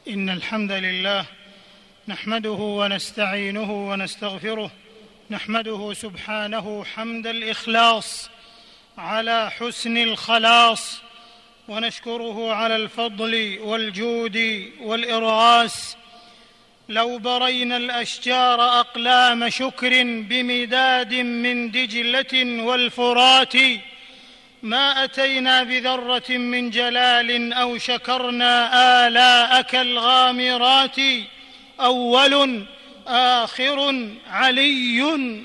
إن الحمد لله نحمده ونستعينه ونستغفره، نحمده سبحانه حمد الإخلاص على حسن الخلاص، ونشكره على الفضل والجود والإرغاس. لو برينا الأشجار أقلام شكر بمداد من دجلة والفرات، ما أتينا بذرة من جلال أو شكرنا آلاءك الغامرات. أول آخر علي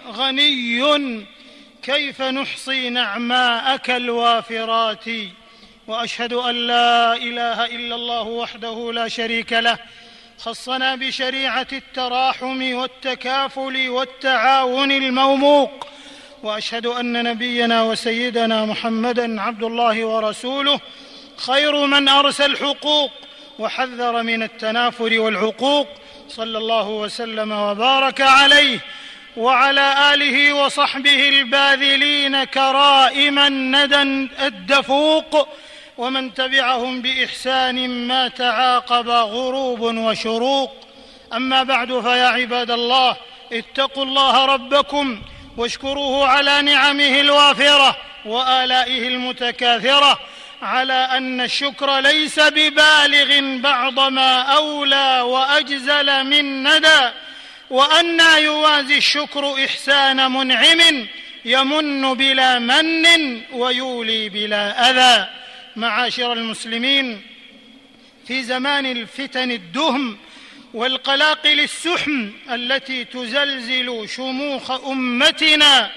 غني، كيف نحصي نعماءك الوافرات. وأشهد أن لا إله إلا الله وحده لا شريك له، خصنا بشريعة التراحم والتكافل والتعاون الموموق. وأشهد أن نبينا وسيدنا محمدًا عبد الله ورسوله، خير من أرسى الحقوق وحذر من التنافر والعقوق، صلى الله وسلم وبارك عليه وعلى آله وصحبه الباذلين كرائم الندى الدفوق، ومن تبعهم بإحسان ما تعاقب غروب وشروق. أما بعد، فيا عباد الله، اتقوا الله ربكم واشكروه على نعمه الوافرة وآلائه المتكاثرة، على أن الشكر ليس ببالغ بعض ما أولى وأجزل من ندى، وأنى يوازي الشكر إحسان منعم يمن بلا من ويولي بلا أذى. معاشر المسلمين، في زمان الفتن الدهم والقلاقل السحم التي تزلزل شموخ أمتنا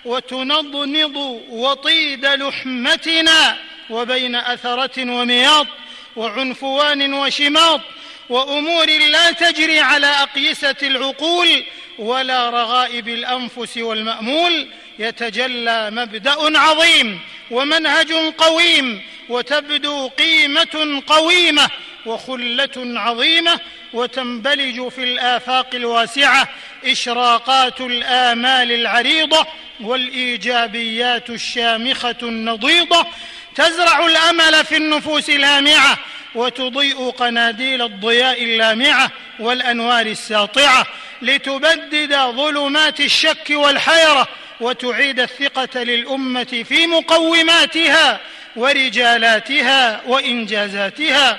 وتنضنض وطيد لحمتنا، وبين أثرة ومياط وعنفوان وشماط وأمور لا تجري على أقيسة العقول ولا رغائب الأنفس والمأمول، يتجلى مبدأ عظيم ومنهج قويم، وتبدو قيمة قويمة وخلة عظيمة، وتنبلج في الآفاق الواسعة إشراقات الآمال العريضة والإيجابيات الشامخة النضيضة، تزرع الأمل في النفوس الهامعة وتضيء قناديل الضياء اللامعة والأنوار الساطعة، لتبدد ظلمات الشك والحيرة وتعيد الثقة للأمة في مقوماتها ورجالاتها وإنجازاتها.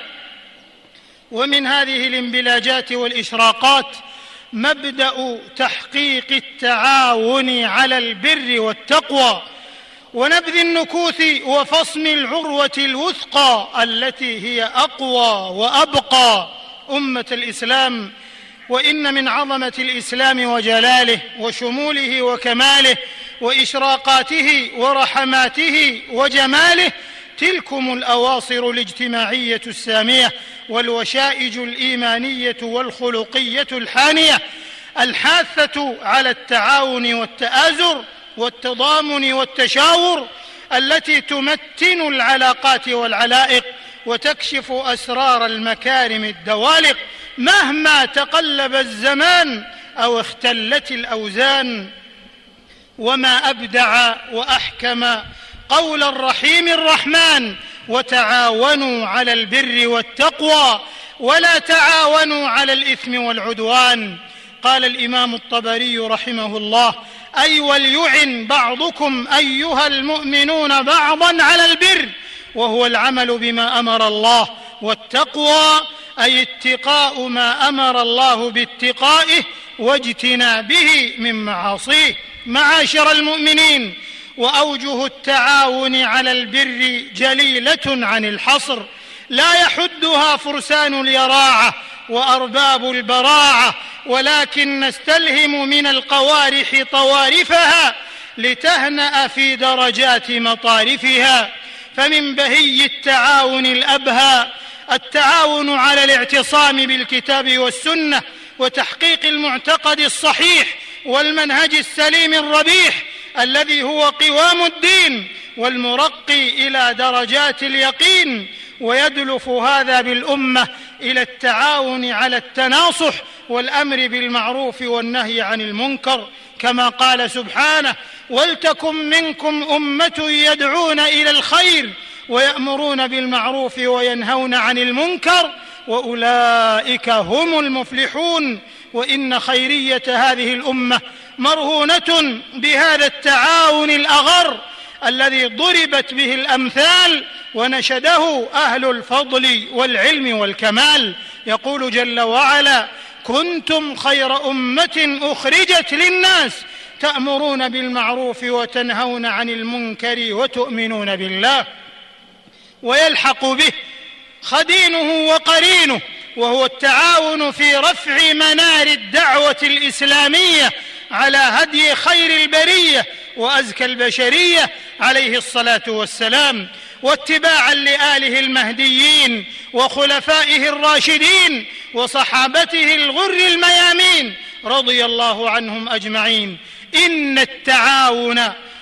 ومن هذه الانبلاجات والإشراقات مبدأ تحقيق التعاون على البر والتقوى، ونبذ النكوث وفصم العروة الوثقى التي هي أقوى وأبقى أمة الإسلام. وإن من عظمة الإسلام وجلاله وشموله وكماله وإشراقاته ورحماته وجماله تلكم الأواصر الاجتماعية السامية والوشائج الإيمانية والخلقية الحانية، الحاثة على التعاون والتآزر والتضامن والتشاور، التي تمتن العلاقات والعلائق وتكشف أسرار المكارم الدوالق مهما تقلب الزمان أو اختلت الأوزان. وما أبدع وأحكم قول الرحيم الرحمن: وتعاونوا على البر والتقوى ولا تعاونوا على الإثم والعدوان. قال الإمام الطبري رحمه الله: أي وليعن بعضكم أيها المؤمنون بعضا على البر، وهو العمل بما أمر الله، والتقوى أي اتقاء ما أمر الله باتقائه واجتنابه من معاصيه. معاشر المؤمنين، وأوجه التعاون على البر جليلة عن الحصر، لا يحدها فرسان اليراعة وأرباب البراعة، ولكن نستلهم من القوارح طوارفها لتهنأ في درجات مطارفها. فمن بهي التعاون الأبهى التعاون على الاعتصام بالكتاب والسنة وتحقيق المعتقد الصحيح والمنهج السليم الربيح الذي هو قوام الدين والمرقي إلى درجات اليقين. ويدلف هذا بالأمة إلى التعاون على التناصح والأمر بالمعروف والنهي عن المنكر، كما قال سبحانه: ولتكن منكم أمة يدعون إلى الخير ويأمرون بالمعروف وينهون عن المنكر وأولئك هم المفلحون. وإن خيرية هذه الأمة مرهونة بهذا التعاون الأغر الذي ضربت به الأمثال ونشده أهل الفضل والعلم والكمال. يقول جل وعلا: كنتم خير أمة أخرجت للناس تأمرون بالمعروف وتنهون عن المنكر وتؤمنون بالله. ويلحق به خدينه وقرينه، وهو التعاون في رفع منار الدعوة الإسلامية على هدي خير البرية وأزكى البشرية عليه الصلاة والسلام، واتباعا لآله المهديين وخلفائه الراشدين وصحابته الغر الميامين رضي الله عنهم أجمعين. إن التعاون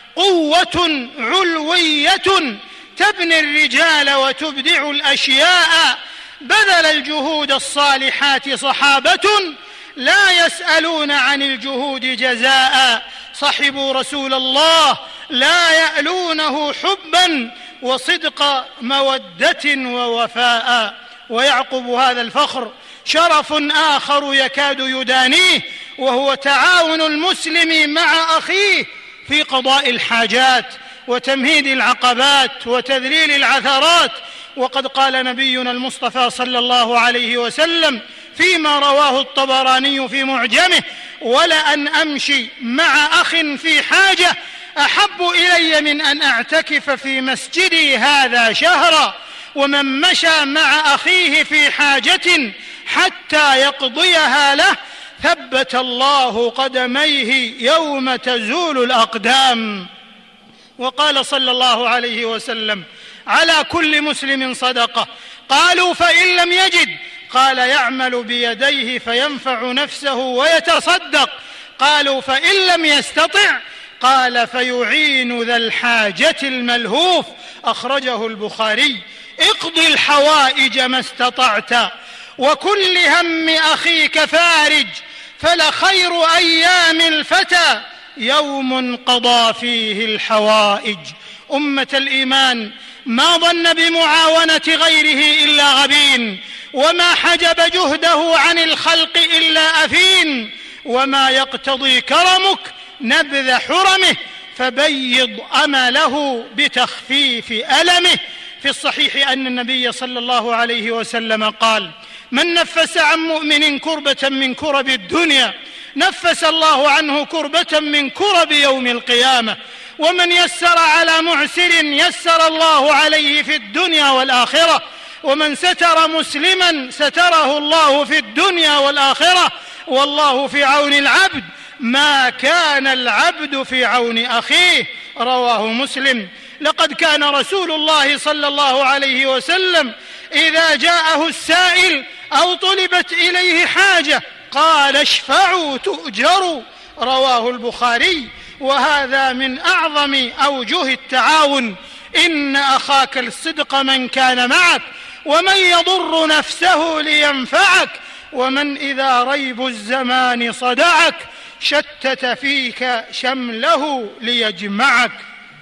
قوة علوية تبني الرجال وتبدع الأشياء. بذل الجهود الصالحات صحابة لا يسألون عن الجهود جزاء، صحبوا رسول الله لا يألونه حبا وصدق مودة ووفاء. ويعقب هذا الفخر شرف آخر يكاد يدانيه، وهو تعاون المسلم مع أخيه في قضاء الحاجات وتمهيد العقبات وتذليل العثرات. وقد قال نبينا المصطفى صلى الله عليه وسلم فيما رواه الطبراني في معجمه: ولأن أمشي مع أخ في حاجة أحب إلي من أن أعتكف في مسجدي هذا شهرا. ومن مشى مع أخيه في حاجة حتى يقضيها له ثبت الله قدميه يوم تزول الأقدام. وقال صلى الله عليه وسلم: على كل مسلم صدقة. قالوا: فإن لم يجد؟ قال: يعمل بيديه فينفع نفسه ويتصدق. قالوا: فإن لم يستطع؟ قال: فيعين ذا الحاجة الملهوف. أخرجه البخاري. اقض الحوائج ما استطعت وكل هم أخيك فارج، فلخير أيام الفتى يوم قضى فيه الحوائج. أمة الإيمان، ما ظن بمعاونة غيره إلا غبين، وما حجب جهده عن الخلق إلا أثين، وما يقتضي كرمك نبذ حرمه، فبيض أمله بتخفيف ألمه. في الصحيح أن النبي صلى الله عليه وسلم قال: من نفس عن مؤمن كربة من كرب الدنيا نفس الله عنه كربة من كرب يوم القيامة. ومن يسر على معسر يسر الله عليه في الدنيا والآخرة. ومن ستر مسلما ستره الله في الدنيا والآخرة. والله في عون العبد ما كان العبد في عون أخيه. رواه مسلم. لقد كان رسول الله صلى الله عليه وسلم إذا جاءه السائل أو طلبت إليه حاجة قال: اشفعوا تؤجروا. رواه البخاري. وهذا من أعظم أوجه التعاون. إن أخاك الصدق من كان معك، ومن يضر نفسه لينفعك، ومن إذا ريب الزمان صدعك شتت فيك شمله ليجمعك.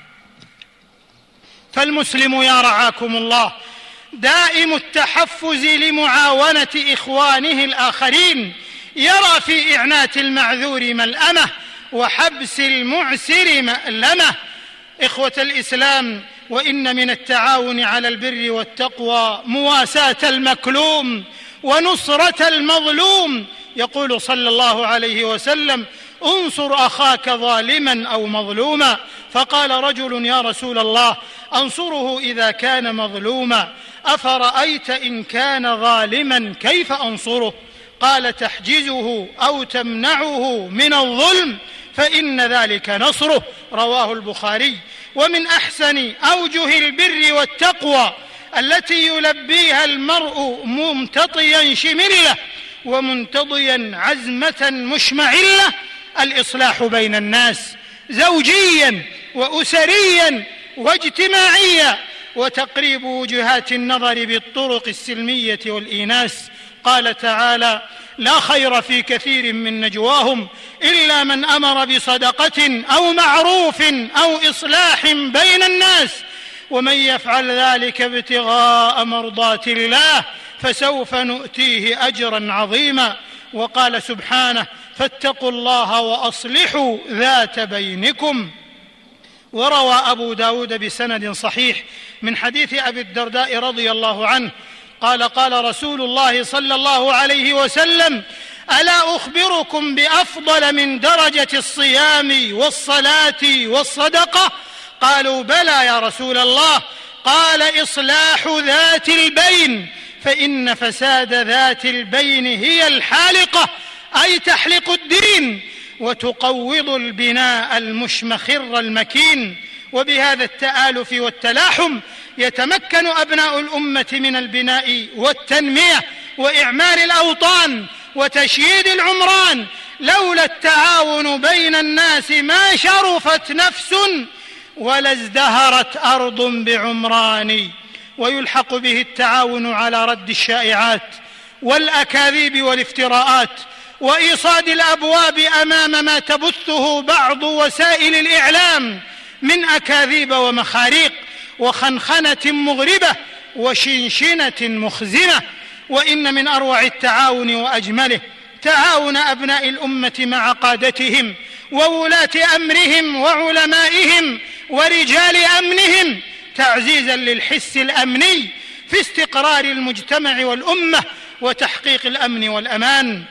فالمسلم يا رعاكم الله دائم التحفز لمعاونة إخوانه الآخرين، يرى في إعنات المعذور ملأمة وحبس المعسر مألمة. إخوة الإسلام، وإن من التعاون على البر والتقوى مواساة المكلوم ونصرة المظلوم. يقول صلى الله عليه وسلم: انصر أخاك ظالما أو مظلوما. فقال رجل: يا رسول الله، أنصره إذا كان مظلوما، أفرأيت إن كان ظالما كيف أنصره؟ قال: تحجزه أو تمنعه من الظلم فإن ذلك نصره. رواه البخاري. ومن أحسن أوجه البر والتقوى التي يلبيها المرء ممتطيا شمله ومنتضيا عزمة مشمعلة الإصلاح بين الناس، زوجيا وأسريا واجتماعيا، وتقريب وجهات النظر بالطرق السلمية والإيناس. قال تعالى: لا خير في كثير من نجواهم إلا من أمر بصدقة أو معروف أو إصلاح بين الناس، ومن يفعل ذلك ابتغاء مرضات الله فسوف نؤتيه أجرا عظيما. وقال سبحانه: فاتقوا الله وأصلحوا ذات بينكم. وروى أبو داود بسند صحيح من حديث أبي الدرداء رضي الله عنه قال: قال رسول الله صلى الله عليه وسلم: ألا أخبركم بأفضل من درجة الصيام والصلاة والصدقة؟ قالوا: بلى يا رسول الله. قال: إصلاح ذات البين، فإن فساد ذات البين هي الحالقة، أي تحلق الدين وتقوض البناء المشمخر المكين. وبهذا التآلف والتلاحم يتمكن أبناء الأمة من البناء والتنمية وإعمار الأوطان وتشييد العمران. لولا التعاون بين الناس ما شرفت نفس ولا ازدهرت أرض بعمران. ويلحق به التعاون على رد الشائعات والأكاذيب والافتراءات وإيصاد الأبواب أمام ما تبثه بعض وسائل الإعلام من أكاذيب ومخاريق وخنخنة مغربة وشنشنة مخزنة. وإن من أروع التعاون وأجمله تعاون أبناء الأمة مع قادتهم وولاة أمرهم وعلمائهم ورجال أمنهم، تعزيزا للحس الأمني في استقرار المجتمع والأمة وتحقيق الأمن والأمان،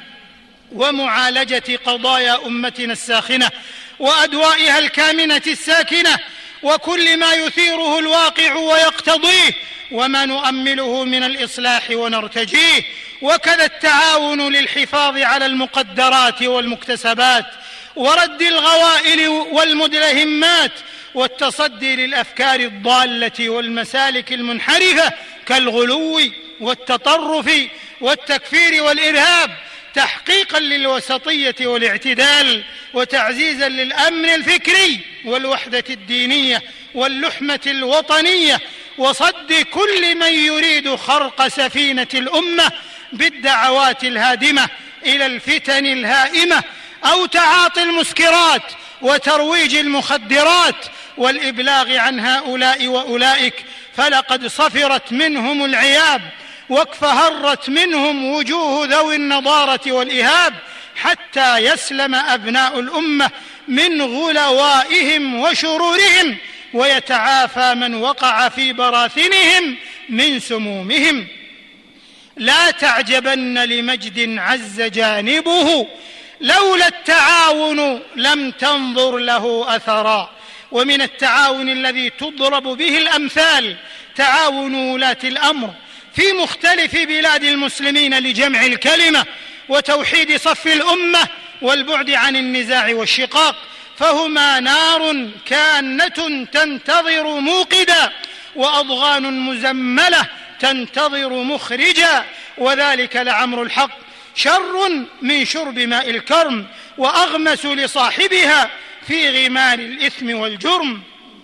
ومعالجة قضايا أمتنا الساخنة وأدوائها الكامنة الساكنة، وكل ما يثيره الواقع ويقتضيه وما نؤمله من الإصلاح ونرتجيه. وكذا التعاون للحفاظ على المقدرات والمكتسبات ورد الغوائل والمدلهمات والتصدي للأفكار الضالة والمسالك المنحرفة كالغلو والتطرف والتكفير والإرهاب، تحقيقا للوسطية والاعتدال وتعزيزا للأمن الفكري والوحدة الدينية واللحمة الوطنية، وصد كل من يريد خرق سفينة الأمة بالدعوات الهادمة إلى الفتن الهائمة أو تعاطي المسكرات وترويج المخدرات والإبلاغ عن هؤلاء وأولئك. فلقد صفرت منهم العياب واكفهرت منهم وجوه ذوي النضارة والإهاب، حتى يسلم أبناء الأمة من غلوائهم وشرورهم ويتعافى من وقع في براثنهم من سمومهم. لا تعجبن لمجد عز جانبه، لولا التعاون لم تنظر له أثرا. ومن التعاون الذي تضرب به الأمثال تعاون ولاة الأمر في مختلف بلاد المسلمين لجمع الكلمة وتوحيد صف الأمة والبعد عن النزاع والشقاق، فهما نار كانة تنتظر موقدا وأضغان مزملة تنتظر مخرجا، وذلك لعمر الحق شر من شرب ماء الكرم وأغمس لصاحبها في غمار الإثم والجرم.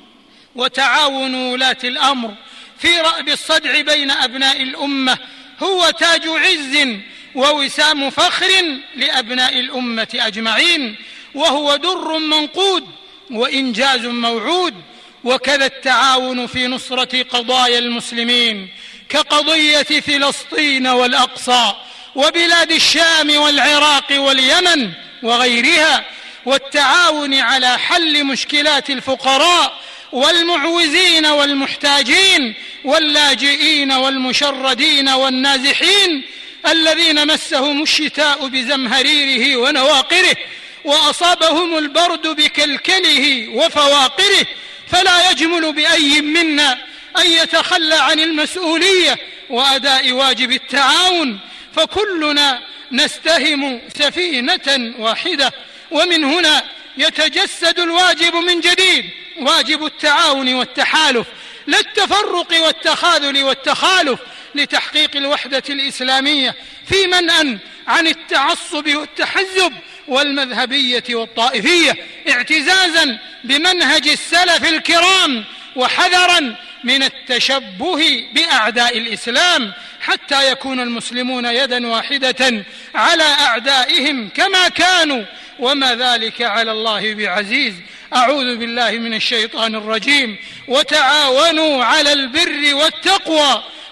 وتعاون ولاة الأمر في رأب الصدع بين أبناء الأمة هو تاج عز ووسام فخر لأبناء الأمة أجمعين، وهو در منقود وإنجاز موعود. وكذا التعاون في نصرة قضايا المسلمين كقضية فلسطين والأقصى وبلاد الشام والعراق واليمن وغيرها، والتعاون على حل مشكلات الفقراء والمعوزين والمحتاجين واللاجئين والمشردين والنازحين الذين مسهم الشتاء بزمهريره ونواقره وأصابهم البرد بكلكله وفواقره. فلا يجمل بأي منا أن يتخلى عن المسؤولية وأداء واجب التعاون، فكلنا نستهم سفينة واحدة. ومن هنا يتجسد الواجب من جديد، واجب التعاون والتحالف، لا التفرق والتخاذل والتخالف، لتحقيق الوحدة الإسلامية في منأى عن التعصب والتحزب والمذهبية والطائفية، اعتزازا بمنهج السلف الكرام وحذرا من التشبه بأعداء الإسلام، حتى يكون المسلمون يدا واحدة على أعدائهم كما كانوا، وما ذلك على الله بعزيز. أعوذ بالله من الشيطان الرجيم. وتعاونوا على البر والتقوى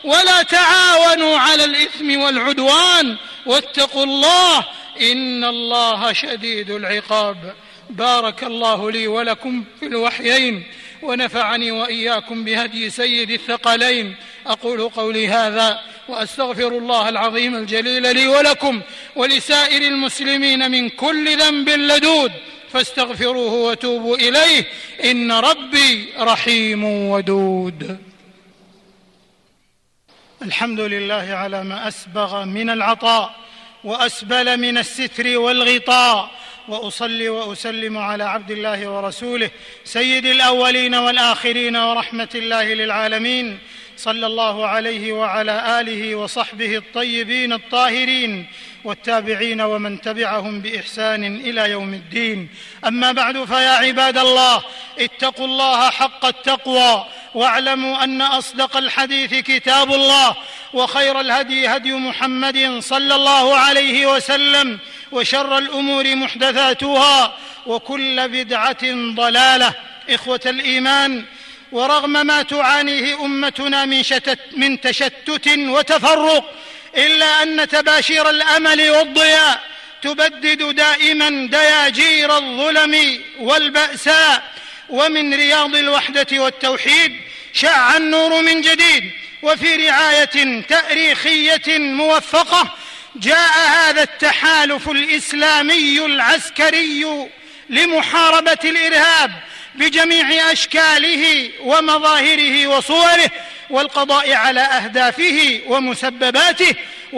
ولا تعاونوا على الإثم والعدوان واتقوا الله إن الله شديد العقاب. بارك الله لي ولكم في الوحيين ونفعني وإياكم بهدي سيد الثقلين. أقول قولي هذا وأستغفر الله العظيم الجليل لي ولكم ولسائر المسلمين من كل ذنب لدود فاستغفروه وتوبوا إليه إن ربي رحيم ودود. الحمد لله على ما أسبغ من العطاء وأسبل من الستر والغطاء، وأصلي وأسلم على عبد الله ورسوله سيد الأولين والآخرين ورحمة الله للعالمين، صلى الله عليه وعلى آله وصحبه الطيبين الطاهرين والتابعين ومن تبعهم بإحسان إلى يوم الدين. أما بعد، فيا عباد الله، اتقوا الله حق التقوى، واعلموا أن أصدق الحديث كتاب الله، وخير الهدي هدي محمد صلى الله عليه وسلم، وشر الأمور محدثاتها، وكل بدعة ضلالة. إخوة الإيمان، ورغم ما تعانيه أمتنا من تشتت وتفرق، إلا أن تباشير الأمل والضياء تبدد دائما دياجير الظلم والبأساء، ومن رياض الوحدة والتوحيد شع النور من جديد. وفي رعاية تاريخية موفقة جاء هذا التحالف الإسلامي العسكري لمحاربة الإرهاب بجميع أشكاله ومظاهره وصوره، والقضاء على أهدافه ومسبباته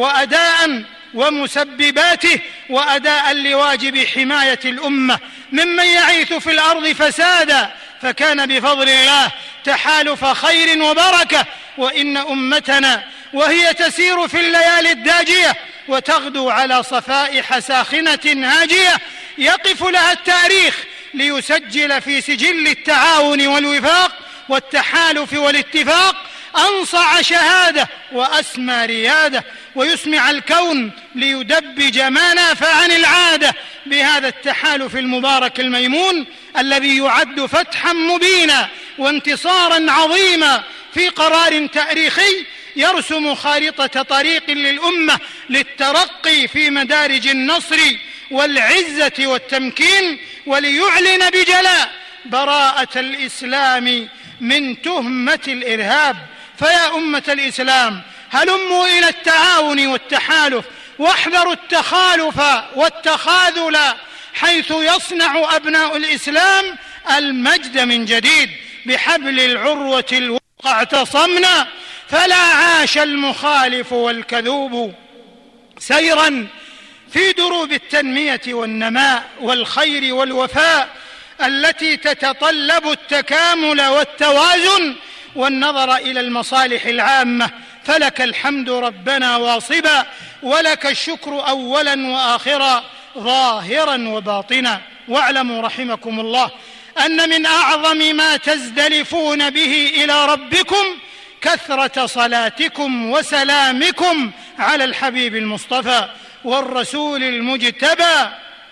وأداء لواجب حماية الأمة ممن يعيث في الأرض فسادا، فكان بفضل الله تحالف خير وبركة. وإن أمتنا وهي تسير في الليالي الداجية وتغدو على صفائح ساخنة هاجية يقف لها التاريخ ليسجل في سجل التعاون والوفاق والتحالف والاتفاق أنصع شهادة وأسمى ريادة، ويسمع الكون ليدبج ما نافى عن العادة بهذا التحالف المبارك الميمون الذي يعد فتحا مبينا وانتصارا عظيما في قرار تاريخي يرسم خارطة طريق للأمة للترقي في مدارج النصر والعزة والتمكين، وليعلن بجلاء براءة الإسلام من تهمة الإرهاب. فيا أمة الإسلام، هلموا إلى التعاون والتحالف، واحذروا التخالف والتخاذل، حيث يصنع أبناء الإسلام المجد من جديد. بحبل العروة الوثقى اعتصمنا، فلا عاش المخالف والكذوب. سيرا في دروب التنمية والنماء والخير والوفاء التي تتطلب التكامل والتوازن والنظر إلى المصالح العامة، فلك الحمد ربنا واصبا، ولك الشكر أولا وآخرا، ظاهرا وباطنا. واعلموا رحمكم الله أن من أعظم ما تزدلفون به إلى ربكم كثرة صلاتكم وسلامكم على الحبيب المصطفى والرسول المجتبى.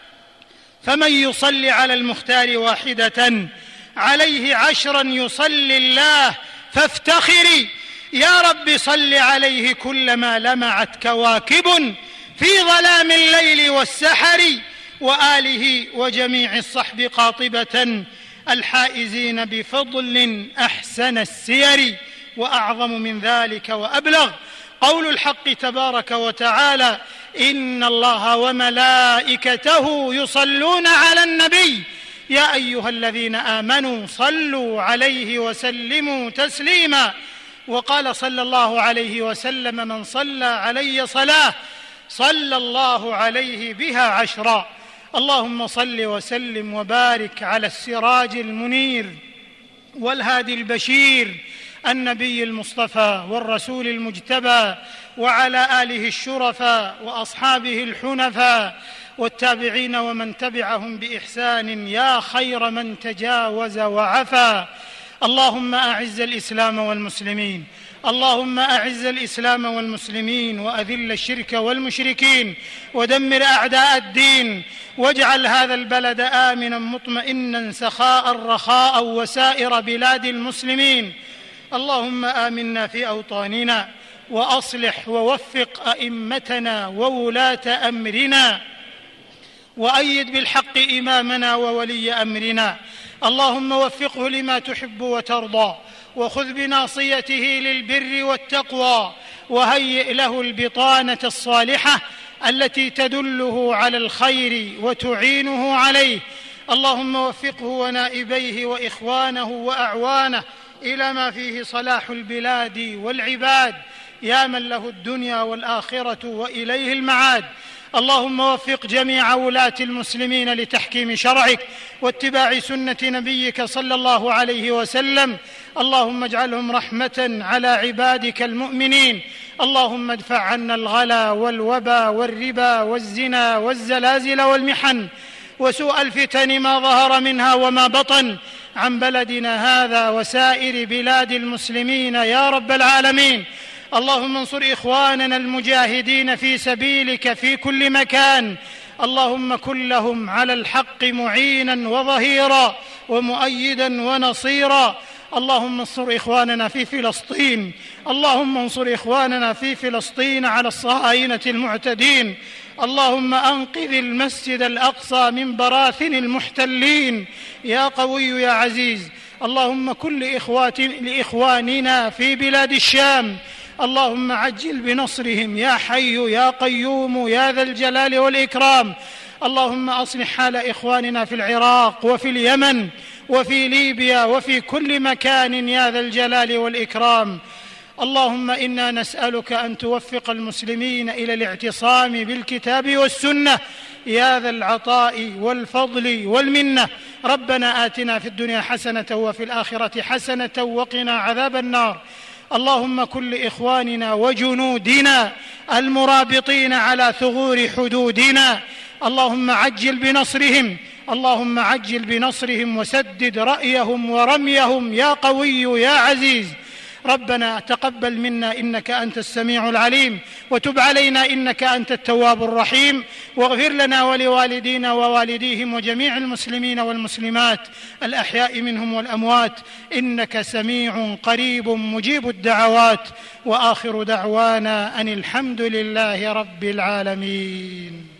فمن يصلي على المختار واحدة عليه 10 يصلي الله، فافتخري يا رب صل عليه كلما لمعت كواكب في ظلام الليل والسحر، وآله وجميع الصحب قاطبة الحائزين بفضل أحسن السير. وأعظم من ذلك وأبلغ قول الحق تبارك وتعالى: إن الله وملائكته يصلون على النبي يا أيها الذين آمنوا صلوا عليه وسلموا تسليما. وقال صلى الله عليه وسلم: من صلى علي صلاة صلى الله عليه بها 10. اللهم صل وسلم وبارك على السراج المنير والهادي البشير النبي المصطفى والرسول المجتبى، وعلى آله الشرفاء وأصحابه الحنفاء والتابعين ومن تبعهم بإحسان يا خير من تجاوز وعفا. اللهم أعز الإسلام والمسلمين، اللهم أعز الإسلام والمسلمين، وأذل الشرك والمشركين، ودمر أعداء الدين، واجعل هذا البلد آمنا مطمئنا سخاء رخاء وسائر بلاد المسلمين. اللهم آمنا في أوطاننا، وأصلح ووفق أئمتنا وولاة أمرنا، وأيد بالحق إمامنا وولي أمرنا. اللهم وفقه لما تحب وترضى، وخذ بناصيته للبر والتقوى، وهيئ له البطانة الصالحة التي تدله على الخير وتعينه عليه. اللهم وفقه ونائبيه وإخوانه وأعوانه إلى ما فيه صلاح البلاد والعباد، يا من له الدنيا والآخرة وإليه المعاد. اللهم وفق جميع ولاة المسلمين لتحكيم شرعك واتباع سنة نبيك صلى الله عليه وسلم. اللهم اجعلهم رحمة على عبادك المؤمنين. اللهم ادفع عنا الغلا والوبا والربا والزنا والزلازل والمحن وسوء الفتن ما ظهر منها وما بطن عن بلدنا هذا وسائر بلاد المسلمين يا رب العالمين. اللهم انصر إخواننا المجاهدين في سبيلك في كل مكان. اللهم كن لهم على الحق معينا وظهيرا ومؤيدا ونصيرا. اللهم انصر إخواننا في فلسطين، اللهم انصر إخواننا في فلسطين على الصهاينة المعتدين. اللهم أنقذ المسجد الأقصى من براثن المحتلين يا قوي يا عزيز. اللهم كن لإخواننا في بلاد الشام، اللهم عجل بنصرهم يا حي يا قيوم يا ذا الجلال والإكرام. اللهم أصلح حال إخواننا في العراق وفي اليمن وفي ليبيا وفي كل مكان يا ذا الجلال والإكرام. اللهم إنا نسألك أن توفق المسلمين إلى الاعتصام بالكتاب والسنة يا ذا العطاء والفضل والمنة. ربنا آتنا في الدنيا حسنة وفي الآخرة حسنة وقنا عذاب النار. اللهم كن لإخواننا وجنودنا المرابطين على ثغور حدودنا، اللهم عجل بنصرهم، اللهم عجل بنصرهم وسدد رأيهم ورميهم يا قوي يا عزيز. ربنا تقبل منا إنك أنت السميع العليم، وتب علينا إنك أنت التواب الرحيم، واغفر لنا ولوالدينا ووالديهم وجميع المسلمين والمسلمات الأحياء منهم والأموات، إنك سميع قريب مجيب الدعوات. وآخر دعوانا أن الحمد لله رب العالمين.